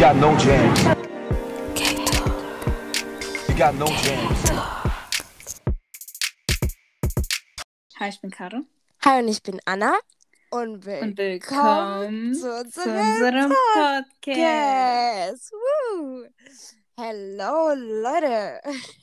got no jams. You got no jams. Hi, ich bin Caro. Hi, und ich bin Anna. Und willkommen zu unserem Podcast. Woo. Hello, Leute.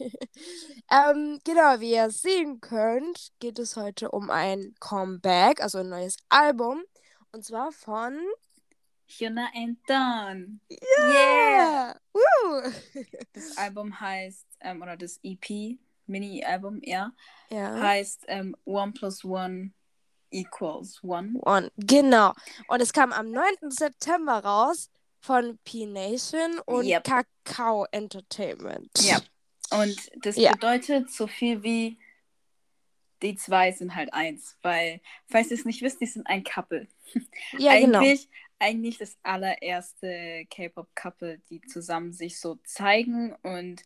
Genau, wie ihr sehen könnt, geht es heute um ein Comeback, also ein neues Album. Und zwar von Hyuna and Dawn. Yeah! Woo. Das Album heißt, oder das EP, Mini-Album, ja. Ja. Heißt 1 + 1 = 1. Und genau. Und es kam am 9. September raus von P-Nation und Yep. Kakao Entertainment. Ja. Und das bedeutet so viel wie die zwei sind halt eins. Weil, falls ihr es nicht wisst, die sind ein Couple. Ja, Eigentlich das allererste K-Pop-Couple, die zusammen sich so zeigen und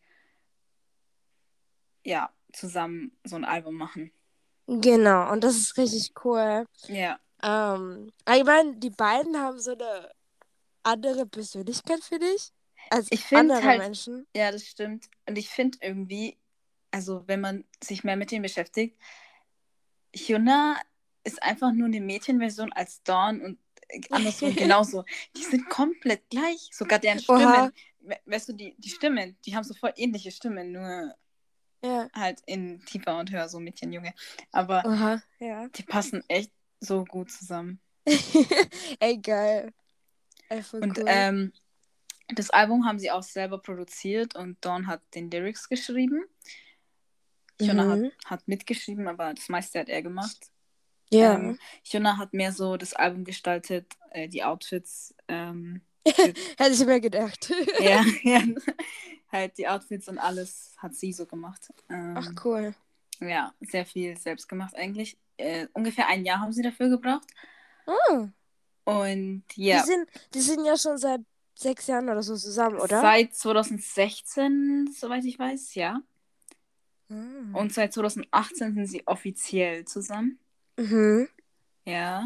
ja, zusammen so ein Album machen. Genau, und das ist richtig cool. Ja. Ich meine, die beiden haben so eine andere Persönlichkeit, finde ich, als Ich finde andere halt, Menschen. ja, das stimmt. Und ich finde irgendwie, also wenn man sich mehr mit denen beschäftigt, Hyuna ist einfach nur eine Mädchenversion als Dawn und andersrum genauso. Die sind komplett gleich. Sogar deren Stimmen. Oha. Weißt du, die Stimmen, die haben so voll ähnliche Stimmen, nur Ja. halt in tiefer und höher, so Mädchen, Junge. Aber Oha, ja. die passen echt so gut zusammen. Ey, geil. Ey, voll Und cool. das Album haben sie auch selber produziert und Dawn hat den Lyrics geschrieben. Hyuna hat mitgeschrieben, aber das meiste hat er gemacht. Ja. Hyuna hat mehr so das Album gestaltet, die Outfits. Hätte ich mir gedacht. ja, halt die Outfits und alles hat sie so gemacht. Ach, cool. Ja, sehr viel selbst gemacht eigentlich. Ungefähr 1 Jahr haben sie dafür gebraucht. Oh. Und ja. Die sind ja schon seit 6 Jahren oder so zusammen, oder? Seit 2016, soweit ich weiß, ja. Und seit 2018 sind sie offiziell zusammen. Mhm. Ja.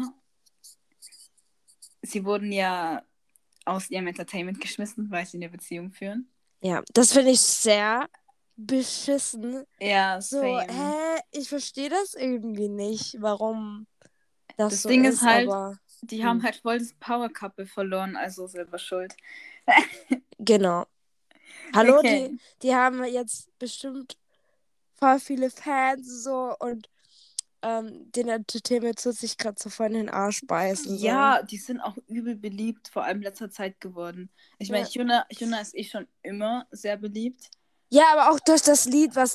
Sie wurden ja aus ihrem Entertainment geschmissen, weil sie eine Beziehung führen. Ja, das finde ich sehr beschissen. Ja, So, same. ich verstehe das irgendwie nicht, warum das Das so Ding ist, ist halt, aber die haben halt voll das Power-Couple verloren, also selber schuld. genau. Hallo, Okay. die haben jetzt bestimmt voll viele Fans so und den Entertainment tut sich gerade so voll in den Arsch beißen. Ja, die sind auch übel beliebt, vor allem in letzter Zeit geworden. Ich meine, Hyuna ist schon immer sehr beliebt. Ja, aber auch durch das Lied, was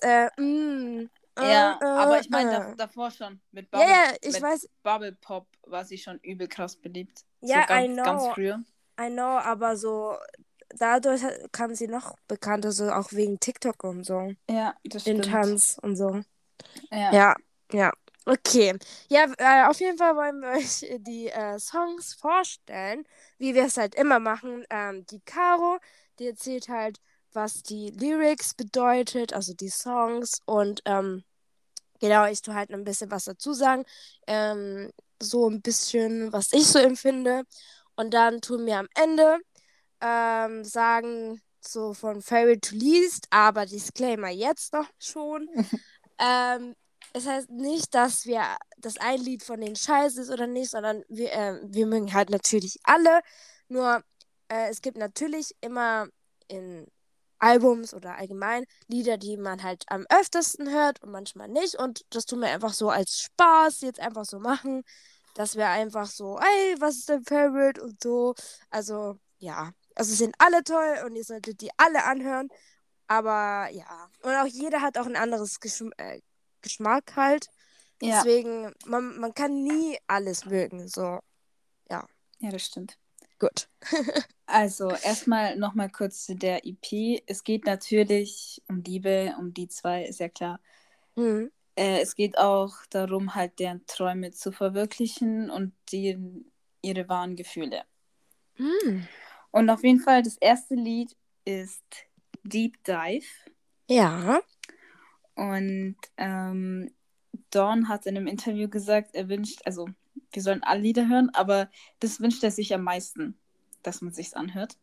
aber ich meine davor schon. Mit Bubble Pop war sie schon übel krass beliebt. Ja, so ganz früher. I know, aber so dadurch kam sie noch bekannter, so auch wegen TikTok und so. Ja, das Den stimmt. Tanz und so. Ja. Okay. Ja, auf jeden Fall wollen wir euch die Songs vorstellen, wie wir es halt immer machen. Die Caro, die erzählt halt, was die Lyrics bedeutet, also die Songs. Und genau, ich tue halt ein bisschen was dazu sagen. So ein bisschen, was ich so empfinde. Und dann tun wir am Ende sagen, so von Favorite to Least, aber Disclaimer jetzt noch schon. Es heißt nicht, dass ein Lied von denen scheiße ist oder nicht, sondern wir mögen halt natürlich alle. Nur es gibt natürlich immer in Albums oder allgemein Lieder, die man halt am öftesten hört und manchmal nicht. Und das tun wir einfach so als Spaß jetzt einfach so machen, dass wir einfach so, ey, was ist dein Favorite und so. Also, ja. Also sind alle toll und ihr solltet die alle anhören. Aber ja. Und auch jeder hat auch ein anderes Geschmack halt. Ja. Deswegen, man kann nie alles mögen. So, ja. Ja, das stimmt. Gut. Also, erstmal nochmal kurz zu der EP. Es geht natürlich um Liebe, um die zwei, ist ja klar. Es geht auch darum, halt deren Träume zu verwirklichen und ihre wahren Gefühle. Und auf jeden Fall, das erste Lied ist Deep Dive. Ja. Und Dawn hat in einem Interview gesagt, er wünscht, also wir sollen alle Lieder hören, aber das wünscht er sich am meisten, dass man sich's anhört.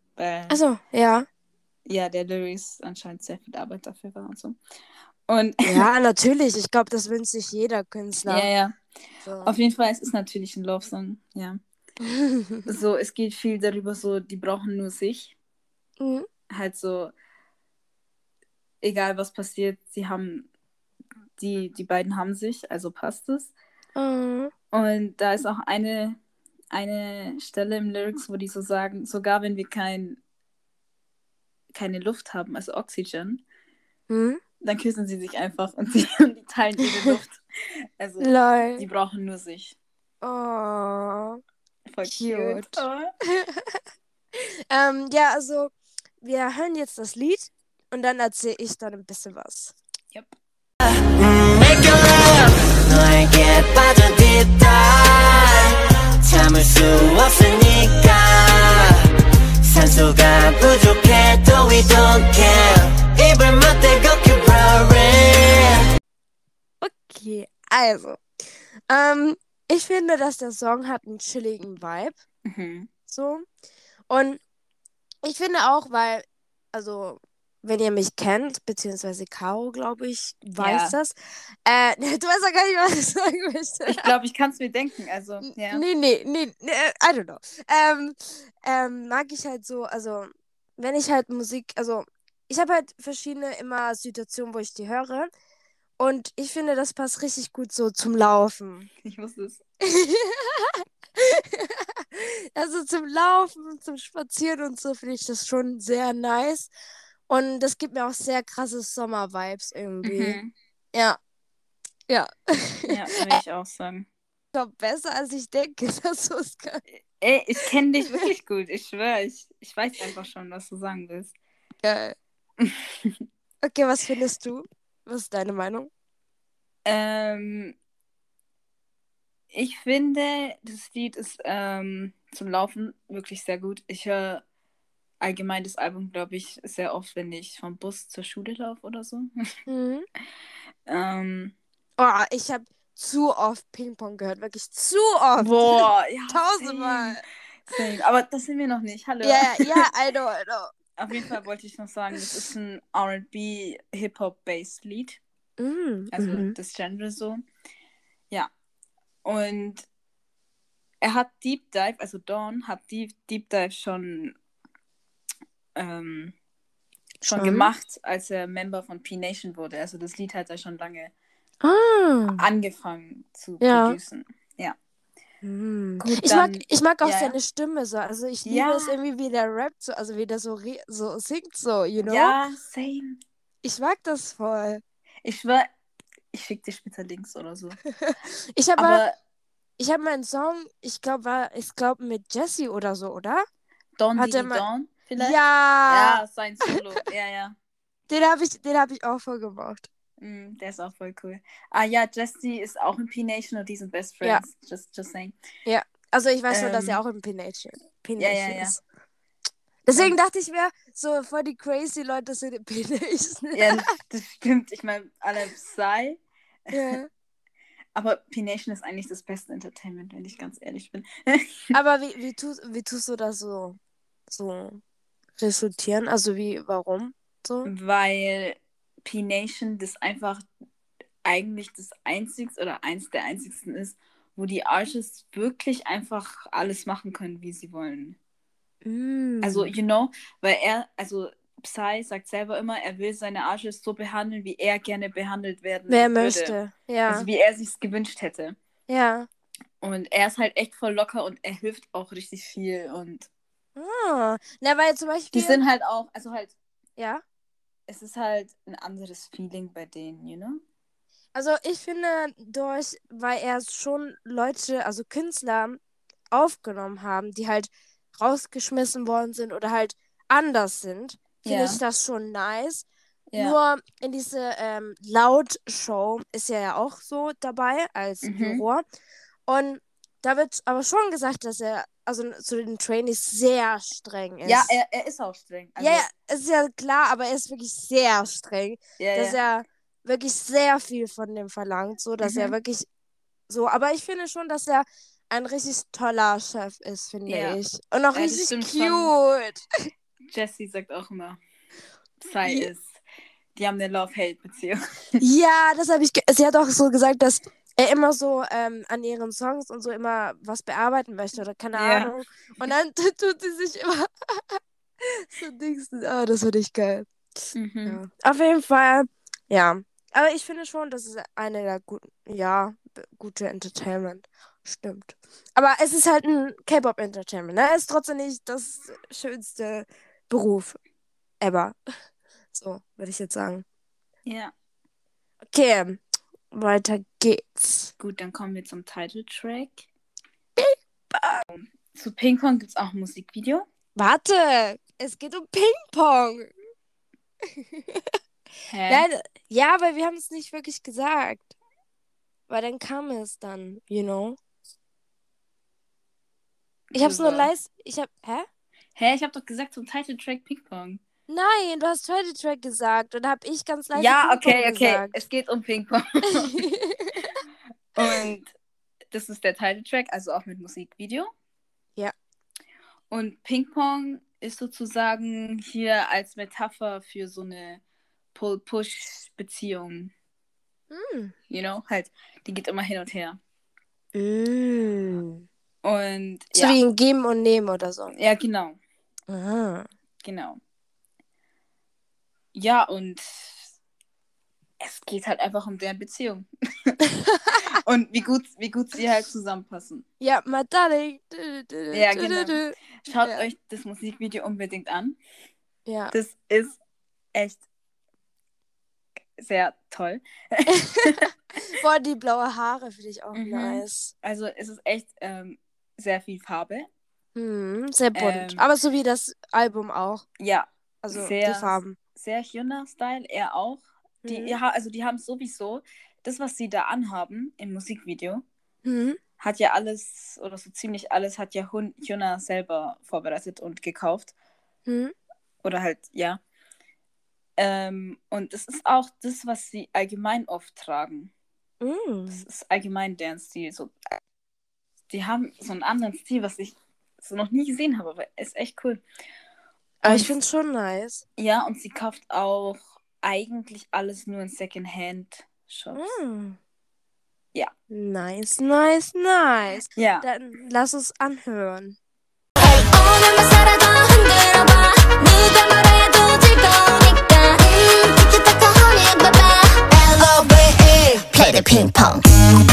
Also, ja. Ja, der Lyrics anscheinend sehr viel Arbeit dafür war und so. Und Ja, natürlich. Ich glaube, das wünscht sich jeder Künstler. ja. So. Auf jeden Fall, es ist natürlich ein Love-Song, ja. So, es geht viel darüber, so, die brauchen nur sich. Mhm. Halt so, egal was passiert, die beiden haben sich, also passt es. Mhm. Und da ist auch eine Stelle im Lyrics, wo die so sagen, sogar wenn wir keine Luft haben, also Oxygen, dann küssen sie sich einfach und die teilen ihre Luft. Also, Lol. die brauchen nur sich. Oh, Voll cute. Oh. Ja, also, wir hören jetzt das Lied und dann erzähle ich dann ein bisschen was. Yep. Make your love 너에게 빠져 deep dive 참을 수 없으니까 산소가 부족해도 we don't care 입을 맞대고 keep roaring. Okay, also. Ich finde, dass der Song hat einen chilligen Vibe. So. Und ich finde auch, weil, also, wenn ihr mich kennt, beziehungsweise Caro, glaube ich, weiß das. Du weißt ja gar nicht, was ich sagen möchte. Ich glaube, ich kann es mir denken, also, ja. Nee, I don't know. Mag ich halt so, also, wenn ich halt Musik, also, ich habe halt verschiedene immer Situationen, wo ich die höre. Und ich finde, das passt richtig gut so zum Laufen. Ich wusste es. Also zum Laufen, zum Spazieren und so finde ich das schon sehr nice. Und das gibt mir auch sehr krasse Sommer-Vibes irgendwie. Ja. Ja, würde ich auch sagen. Ich glaube, besser als ich denke, dass du es kannst. Ey, ich kenne dich wirklich gut, ich schwöre. Ich weiß einfach schon, was du sagen willst. Geil. Okay, was findest du? Was ist deine Meinung? Ich finde, das Lied ist zum Laufen wirklich sehr gut. Ich höre allgemein das Album, glaube ich, sehr oft, wenn ich vom Bus zur Schule laufe oder so. Oh, ich habe zu oft Ping-Pong gehört, wirklich zu oft. Boah, ja. 1000-mal. Same. Aber das sind wir noch nicht. Hallo. Ja, I know. Auf jeden Fall wollte ich noch sagen, das ist ein R&B Hip-Hop-based Lied. Also das Genre so. Ja. Und er hat Deep Dive, also Dawn hat Deep Dive schon gemacht, als er Member von P-Nation wurde. Also das Lied hat er schon lange angefangen zu producen. Ja. Gut, ich mag auch seine Stimme so. Also ich liebe es irgendwie, wie der rappt, so, also wie der so singt, so, you know? Ja, same. Ich mag das voll. Ich schwör, ich schick dir später Links oder so. Ich habe mal einen Song, ich glaube mit Jessie oder so, oder? Dawn vielleicht? Ja. Ja, sein Solo. Ja. Den hab ich auch voll gemacht. Der ist auch voll cool. Ah ja, Jessie ist auch in P-Nation und die sind Best Friends. Ja. Just saying. Ja, also ich weiß nur, dass er auch in P-Nation ist. Deswegen dachte ich mir, so voll die crazy Leute sind in P-Nation. Ja, das stimmt. Ich meine, alle Psy. Ja. Aber P-Nation ist eigentlich das beste Entertainment, wenn ich ganz ehrlich bin. Aber wie tust du das so resultieren? Also warum so? Weil P-Nation das einfach eigentlich das einzigste oder eins der einzigsten ist, wo die Artists wirklich einfach alles machen können, wie sie wollen. Also, weil Psy sagt selber immer, er will seine Artists so behandeln, wie er gerne behandelt werden würde. Möchte, ja. Also wie er sich's gewünscht hätte. Ja. Und er ist halt echt voll locker und er hilft auch richtig viel und weil zum Beispiel... Die sind halt auch, also halt... Ja? Es ist halt ein anderes Feeling bei denen, you know? Also ich finde, weil er schon Leute, also Künstler aufgenommen haben, die halt rausgeschmissen worden sind oder halt anders sind, finde ich das schon nice. Ja. Nur in diese Laut-Show ist er ja auch so dabei als Juror. Und da wird aber schon gesagt, dass er also zu den Trainees sehr streng ist. Ja, er ist auch streng. Also, ja, ist ja klar, aber er ist wirklich sehr streng. Dass er wirklich sehr viel von dem verlangt, so dass er wirklich so, aber ich finde schon, dass er ein richtig toller Chef ist, finde ich. Und auch richtig cute. Jessie sagt auch immer, Psy die haben eine Love-Hate-Beziehung. Ja, das habe ich. Sie hat auch so gesagt, dass er immer so an ihren Songs und so immer was bearbeiten möchte oder keine Ja. Ahnung. Und dann tut sie sich immer so Dings. Oh, das finde ich geil. Ja. Auf jeden Fall, ja. Aber ich finde schon, das ist eine der gute Entertainment. Stimmt. Aber es ist halt ein K-Pop-Entertainment, ne? Es ist trotzdem nicht das schönste Beruf ever. So, würde ich jetzt sagen. Ja. Okay, weiter geht's. Gut, dann kommen wir zum Titeltrack. Zu Ping Pong gibt es auch ein Musikvideo. Warte, es geht um Ping-Pong. Hä? Ja, aber wir haben es nicht wirklich gesagt. Weil dann kam es dann, you know. Ich hab's nur leise. Hä? Hä? Ich hab doch gesagt zum Titeltrack Ping Pong. Nein, du hast Title Track gesagt und hab ich ganz leise Ja, Ping-Pong okay. gesagt. Es geht um Ping Pong. Und das ist der Titeltrack, also auch mit Musikvideo. Ja. Und Ping Pong ist sozusagen hier als Metapher für so eine Pull-Push-Beziehung. You know, halt, die geht immer hin und her. Und So wie ein Geben und Nehmen oder so. Ja, genau. Ah. Genau. Ja, und es geht halt einfach um deren Beziehung. Und wie gut sie halt zusammenpassen. Ja, my darling. Ja, genau. Schaut euch das Musikvideo unbedingt an. Ja. Das ist echt sehr toll. Boah, die blaue Haare finde ich auch nice. Also es ist echt sehr viel Farbe. Sehr bunt. Aber so wie das Album auch. Ja. Also sehr, die Farben. Sehr Hyuna-Style, er auch. Die haben sowieso, das, was sie da anhaben im Musikvideo, hat ja alles, oder so ziemlich alles, hat ja Hyuna selber vorbereitet und gekauft. Oder halt, ja. Und das ist auch das, was sie allgemein oft tragen. Das ist allgemein deren Stil. So, die haben so einen anderen Stil, was ich so noch nie gesehen habe, aber ist echt cool. Aber ich finde es schon nice. Ja, und sie kauft auch eigentlich alles nur in Secondhand-Shops. Ja. Nice. Ja. Dann lass uns anhören. Play the ping pong.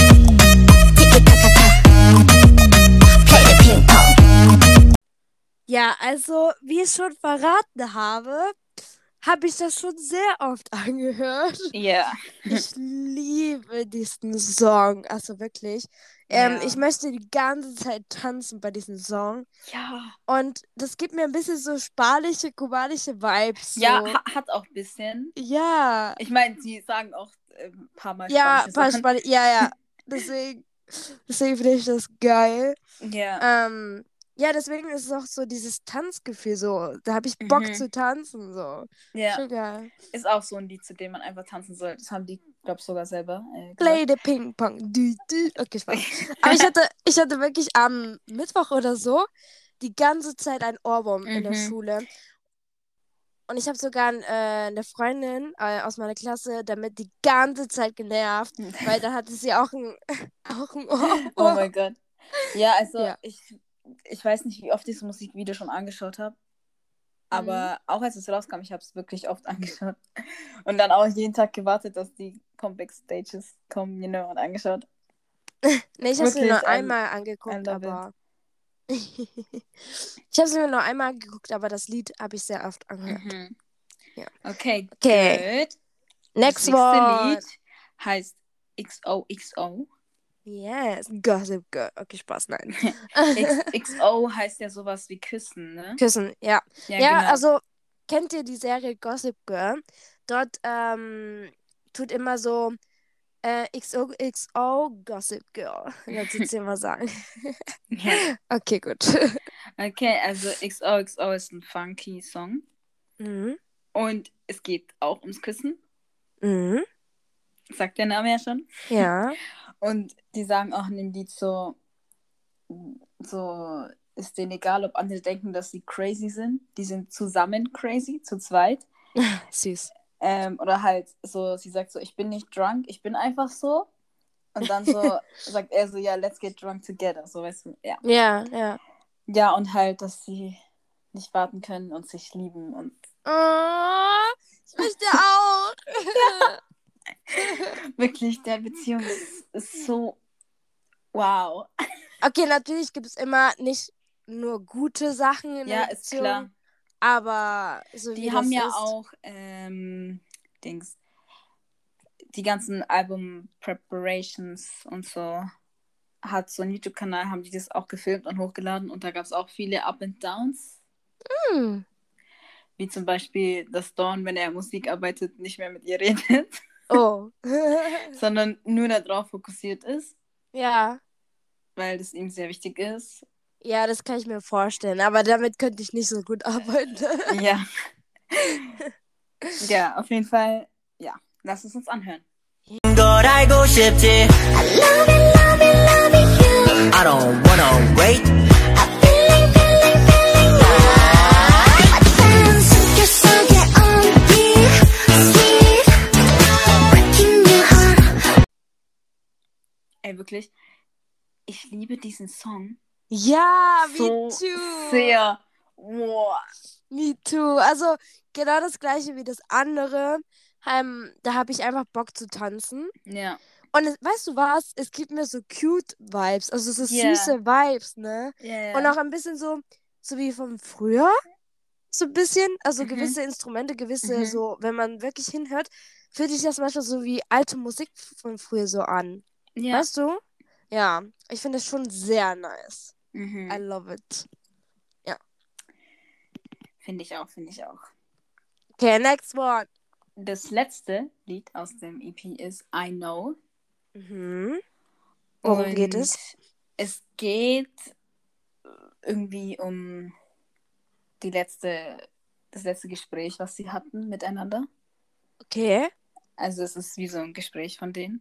Ja, also, wie ich schon verraten habe ich das schon sehr oft angehört. Ja. Ich liebe diesen Song, also wirklich. Ich möchte die ganze Zeit tanzen bei diesem Song. Ja. Und das gibt mir ein bisschen so spanische, kubanische Vibes. So. Ja, hat auch ein bisschen. Ja. Ich meine, sie sagen auch ein paar Mal ja, spanische Sachen. Ja. Deswegen finde ich das geil. Ja. Ja, deswegen ist es auch so dieses Tanzgefühl so. Da habe ich Bock zu tanzen so. Ja. Schon geil. Ist auch so ein Lied, zu dem man einfach tanzen soll. Das haben die, glaube ich, sogar selber Play the Ping Pong. Okay, Spaß. Aber ich hatte wirklich am Mittwoch oder so die ganze Zeit einen Ohrwurm in der Schule. Und ich habe sogar eine Freundin aus meiner Klasse damit die ganze Zeit genervt, weil dann hatte sie auch ein Ohrwurm. Oh mein Gott. Ja, also ich weiß nicht, wie oft ich das Musikvideo schon angeschaut habe. Aber auch als es rauskam, ich habe es wirklich oft angeschaut. Und dann auch jeden Tag gewartet, dass die Comeback-Stages kommen, und angeschaut. Nee, ich habe es mir nur einmal angeguckt, aber... ich habe es mir nur einmal angeguckt, aber das Lied habe ich sehr oft angehört. Ja. Okay, good. Next das one. Lied heißt XOXO. Yes, Gossip Girl. Okay, Spaß, nein. XO heißt ja sowas wie küssen, ne? Küssen, ja. Ja, genau. Also, kennt ihr die Serie Gossip Girl? Dort tut immer so XOXO Gossip Girl. Das tut sie immer sagen. Ja. Okay, gut. Okay, also XOXO ist ein funky Song. Und es geht auch ums Küssen. Sagt der Name ja schon. Ja. Und die sagen auch in dem Lied so, ist denen egal, ob andere denken, dass sie crazy sind. Die sind zusammen crazy, zu zweit. Süß. Oder halt so, sie sagt so, ich bin nicht drunk, ich bin einfach so. Und dann so sagt er so, ja, let's get drunk together. So, weißt du, ja. Ja. Ja, und halt, dass sie nicht warten können und sich lieben. Und Oh, ich möchte auch. wirklich, der Beziehung ist so wow. Okay, natürlich gibt es immer nicht nur gute Sachen in Ja, der ist Beziehung, klar. aber so wie Die das haben ja ist. auch die ganzen Album-Preparations und so. Hat so einen YouTube-Kanal, haben die das auch gefilmt und hochgeladen und da gab es auch viele Up and Downs. Wie zum Beispiel, dass Dawn, wenn er Musik arbeitet, nicht mehr mit ihr redet, Oh. sondern nur darauf fokussiert ist, Ja. weil das ihm sehr wichtig ist. Ja, das kann ich mir vorstellen, aber damit könnte ich nicht so gut arbeiten. Ja. Ja, auf jeden Fall, ja, lass es uns anhören. 걸 알고 싶지 I love it, love it, love it, you I don't wanna wait 어떤 숨결 속에 온기 Sweet Breaking your heart Ey, wirklich, ich liebe diesen Song Ja, so me too. sehr. Wow. Me too. Also genau das gleiche wie das andere. Da habe ich einfach Bock zu tanzen. Ja. Und weißt du was? Es gibt mir so cute Vibes. Also so Ja. süße Vibes, ne? Ja. Und auch ein bisschen so wie von früher. So ein bisschen. Also Mhm. gewisse Instrumente, gewisse Mhm. so, wenn man wirklich hinhört, fühlt sich das manchmal so wie alte Musik von früher so an. Ja. Weißt du? Ja. Ich finde es schon sehr nice. I Mhm. love it. Finde ich auch. Okay, next one. Das letzte Lied aus dem EP ist I Know. Mhm. Worum geht Und es? Es geht irgendwie um das letzte Gespräch, was sie hatten miteinander. Okay. Also es ist wie so ein Gespräch von denen.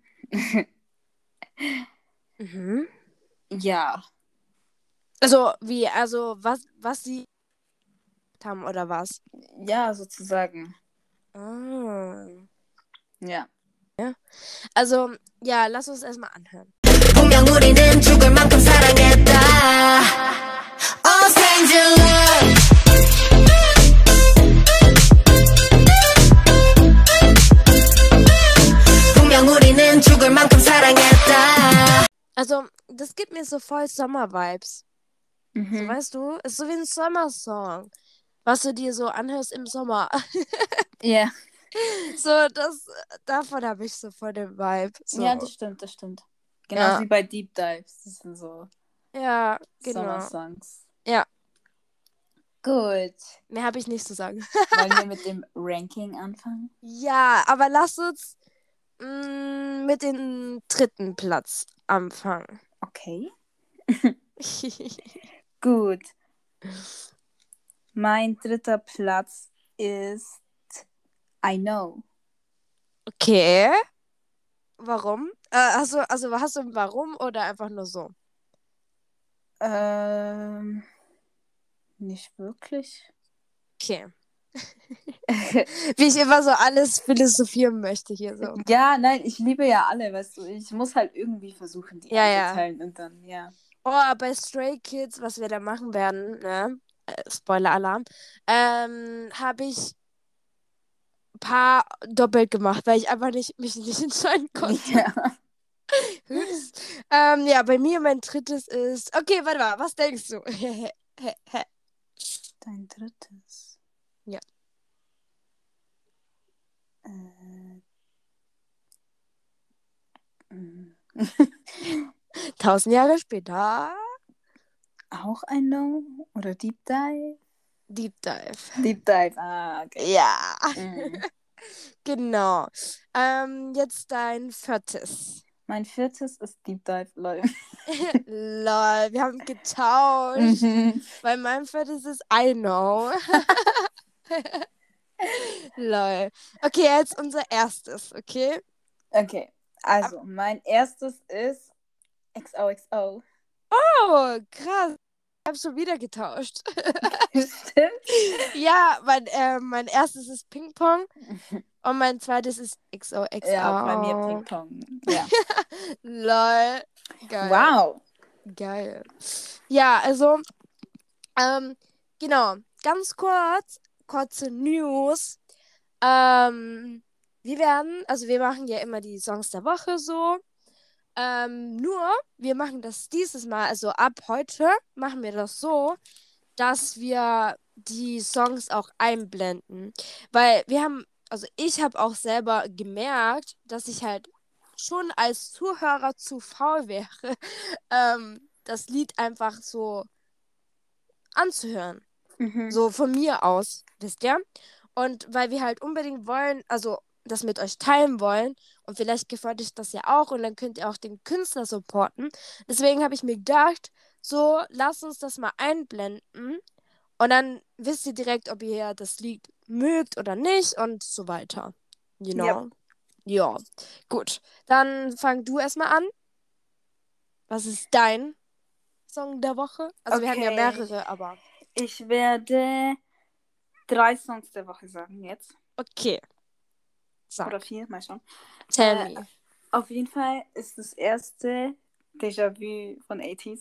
Mhm. Ja. Also was sie haben oder was? Ja, sozusagen. Ah. Ja. Also, ja, lass uns erstmal anhören. 분명 우리는 죽을 만큼 사랑했다 Oh stranger love 분명 우리는 죽을 만큼 사랑했다 Also, das gibt mir so voll Sommer-Vibes. So, Mhm. weißt du? Ist so wie ein Sommersong, was du dir so anhörst im Sommer. Ja. So, davon habe ich so voll den Vibe. So. Ja, das stimmt. Genauso Ja. wie bei Deep Dives. Das sind so Ja, genau. Sommersongs. Ja. Gut. Mehr habe ich nicht zu sagen. Wollen wir mit dem Ranking anfangen? Ja, aber lass uns mit dem 3. Platz anfangen. Okay. Gut. Mein 3. Platz ist I Know. Okay. Warum? Also hast du ein Warum oder einfach nur so? Nicht wirklich. Okay. Wie ich immer so alles philosophieren möchte hier so. Ja, nein, ich liebe ja alle, weißt du. Ich muss halt irgendwie versuchen, die Ja, ja. einzuteilen und dann, ja. Oh, bei Stray Kids, was wir da machen werden, ne? Spoiler-Alarm, habe ich ein paar doppelt gemacht, weil ich einfach mich nicht entscheiden konnte. Ja. Ja, bei mir mein 3. ist. Okay, warte mal, was denkst du? Dein 3. Ja. 1000 Jahre später. Auch I Know? Oder Deep Dive? Deep Dive. Deep Dive, okay. Ja. Mhm. Genau. Jetzt dein 4. Mein 4. ist Deep Dive, lol. Lol, wir haben getauscht. Mhm. Weil mein 4. ist I Know. Lol. Okay, jetzt unser erstes, okay? Okay, also mein erstes ist XOXO. Oh, krass. habe schon wieder getauscht. Stimmt. Ja, mein erstes ist Ping-Pong und mein zweites ist XOXO. Ja, bei mir Ping-Pong. Ja. Lol. Geil. Wow. Geil. Ja, also, genau, ganz kurze News. Wir machen ja immer die Songs der Woche so. Nur, wir machen das dieses Mal, also ab heute machen wir das so, dass wir die Songs auch einblenden. Weil ich habe auch selber gemerkt, dass ich halt schon als Zuhörer zu faul wäre, das Lied einfach so anzuhören. So von mir aus, wisst ihr? Und weil wir halt unbedingt wollen, also das mit euch teilen wollen und vielleicht gefällt euch das ja auch und dann könnt ihr auch den Künstler supporten. Deswegen habe ich mir gedacht, so, lasst uns das mal einblenden und dann wisst ihr direkt, ob ihr das Lied mögt oder nicht und so weiter. You know? Ja. Ja, gut. Dann fang du erstmal an. Was ist dein Song der Woche? Also wir haben ja Okay. mehrere, aber... Ich werde 3 Songs der Woche sagen jetzt. Okay. Sag. Oder 4, mal schauen. Tell me. Auf jeden Fall ist das erste Déjà-vu von 80s.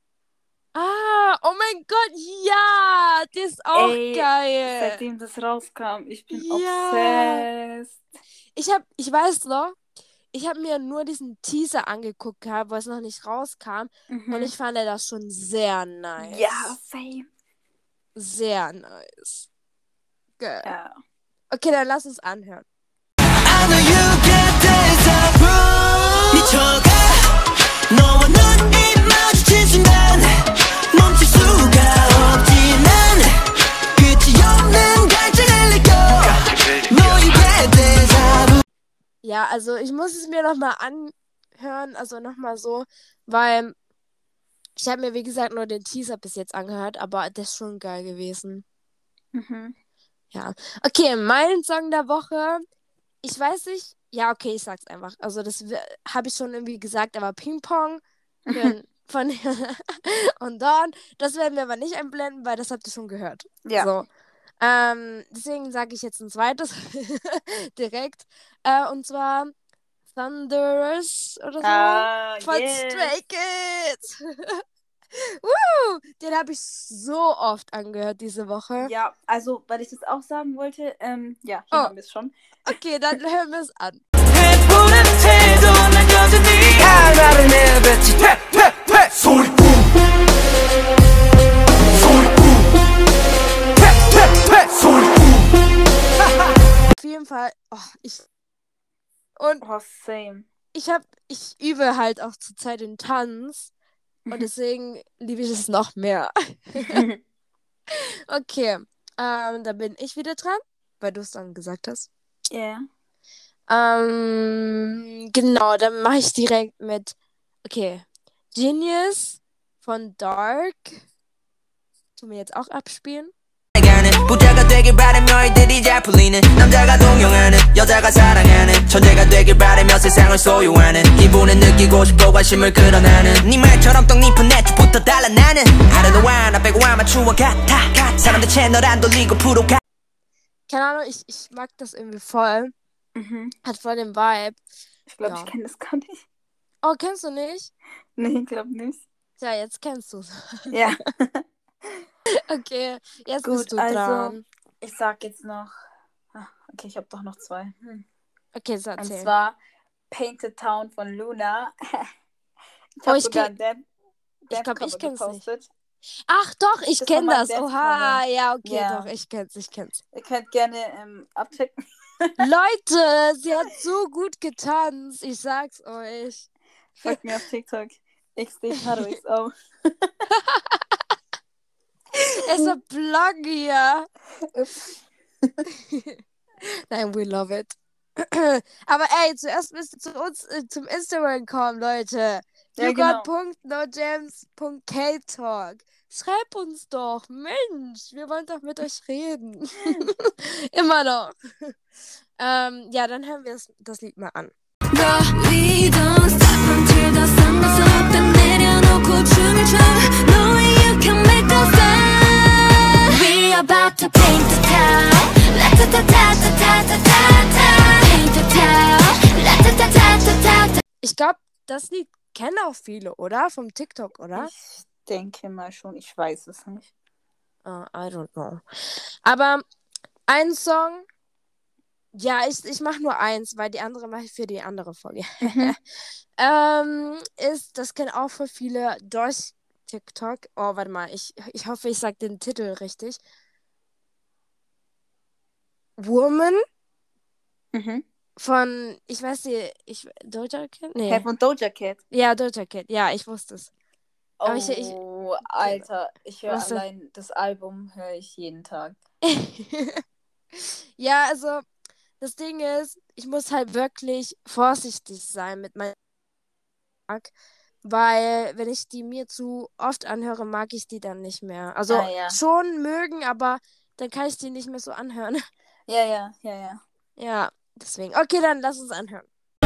Ah, oh mein Gott, ja! Der ist auch geil. Seitdem das rauskam, ich bin Ja. obsessed. Ich weiß noch, ich habe mir nur diesen Teaser angeguckt gehabt, wo es noch nicht rauskam. Und ich fand das schon sehr nice. Ja, same. Sehr nice. Geil. Ja. Okay, dann lass uns anhören. I know you get this approach 미쳐가 너와 눈이 마주친 순간 멈출 수가 없지 난 끝이 없는 갈증을 느껴 No you get this approach Ja, also ich muss es mir nochmal anhören, also nochmal so, weil ich habe mir, wie gesagt, nur den Teaser bis jetzt angehört, aber das ist schon geil gewesen. Ja. Okay, mein Song der Woche, ich weiß nicht, ja, okay, ich sag's einfach. Also das habe ich schon irgendwie gesagt, aber Ping-Pong von und Dawn, das werden wir aber nicht einblenden, weil das habt ihr schon gehört. Ja. So. Deswegen sage ich jetzt ein zweites direkt. Und zwar Thunderous oder so von Stray Kids. Den habe ich so oft angehört diese Woche. Ja, also, weil ich das auch sagen wollte, ja, hier haben wir es schon. Okay, dann hören wir es an. 해보는 태도 난 여전히 하나를 내뱉지 패패패 소리 뿜 소리 뿜 패패패 소리 뿜 Auf jeden Fall, Oh, same. ich übe halt auch zurzeit den Tanz und deswegen liebe ich es noch mehr. Okay, da bin ich wieder dran, weil du es dann gesagt hast. Ja. Genau, dann mache ich direkt mit, okay, Genius von Dark. Tun wir jetzt auch abspielen. 부자가 되길 바라며 이들이 잘 풀리는 남자가 동경하는 여자가 사랑하는 천재가 되길 바라며 세상을 소유하는 기분을 느끼고 싶고 관심을 끌어나는 네 말처럼 떡잎은 내 쪽부터 달라 나는 I don't know why 나 빼고 아마추어 같아 사람들 채널 안 돌리고 프로가 Keine Ahnung, ich mag das irgendwie voll. Hat voll den Vibe. Ich glaube, Ja. ich kenne das gar nicht. Oh, kennst du nicht? Nee, ich glaube nicht. Tja, jetzt kennst du es. Ja. Okay, jetzt Gut, bist du also, dran. ich sag jetzt noch. Okay, ich habe doch noch 2. Okay, so Und erzähl. zwar Painted Town von Luna. Ich Oh, habe ich sogar kenn- ein ich glaub, ich Dance-Cover kenn's nicht. gepostet. Ach doch, ich Das war kenne mein das. Dance-Cover. Oha, ja, okay, Ja. doch, ich kenn's. Ihr könnt gerne abchecken. Leute, sie hat so gut getanzt, ich sag's euch. Folgt mir auf TikTok. XDHXO. Es ist ein Blog hier. Nein, we love it. Aber ey, zuerst müsst ihr zu uns zum Instagram kommen, Leute. Ja, genau. YouGot.nojams.ktalk. Schreibt uns doch, Mensch, wir wollen doch mit euch reden. Immer noch. Ja, dann hören wir das Lied mal an. We don't stop until the sun goes up and 내려놓고 춤을 춰 No way you can make das Lied kennen auch viele, oder? Vom TikTok, oder? Ich denke mal schon, ich weiß es nicht. I don't know. Aber ein Song, ja, ich mache nur eins, weil die andere mache ich für die andere Folge. Das kennen auch voll viele durch TikTok. Oh, warte mal, ich hoffe, ich sage den Titel richtig. Woman von, ich weiß nicht, Doja Cat? Nee. Hey, von Doja Cat. Ja, Doja Cat. Ja, ich wusste es. Aber Alter, ich höre Was allein das Album, höre ich jeden Tag. Ja, also das Ding ist, ich muss halt wirklich vorsichtig sein mit meinem Geschmack, weil wenn ich die mir zu oft anhöre, mag ich die dann nicht mehr. Also ja. schon mögen, aber dann kann ich die nicht mehr so anhören. Ja. Ja, deswegen. Okay, dann lass uns anhören.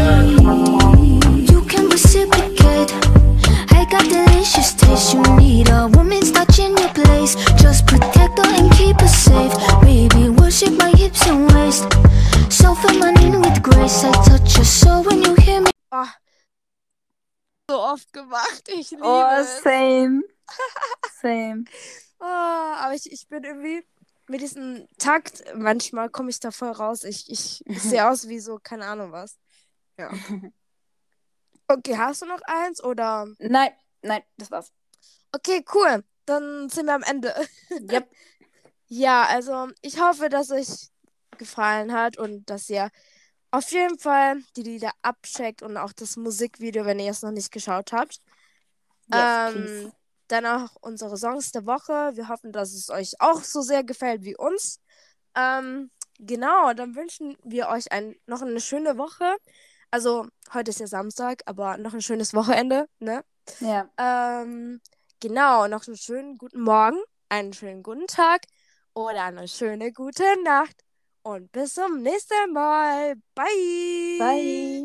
You can reciprocate. I got delicious taste. You need a woman's touch in your place. Just protect her and keep her safe. Baby, worship my hips and waist. So feminine with grace. I touch your soul when you hear me. Oh, so oft gemacht. Ich liebe es. Same. Oh, aber ich bin irgendwie mit diesem Takt, manchmal komme ich da voll raus. Ich sehe aus wie so, keine Ahnung was. Ja. Okay, hast du noch eins oder? Nein, das war's. Okay, cool. Dann sind wir am Ende. Yep. Ja, also ich hoffe, dass euch gefallen hat und dass ihr auf jeden Fall die Lieder abcheckt und auch das Musikvideo, wenn ihr es noch nicht geschaut habt. Yes, please. Dann auch unsere Songs der Woche. Wir hoffen, dass es euch auch so sehr gefällt wie uns. Genau, dann wünschen wir euch noch eine schöne Woche. Also, heute ist ja Samstag, aber noch ein schönes Wochenende, ne? Ja. Genau, noch einen schönen guten Morgen, einen schönen guten Tag oder eine schöne gute Nacht. Und bis zum nächsten Mal. Bye. Bye.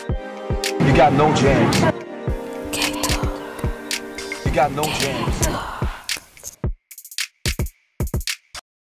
You got no jams. You got no jams.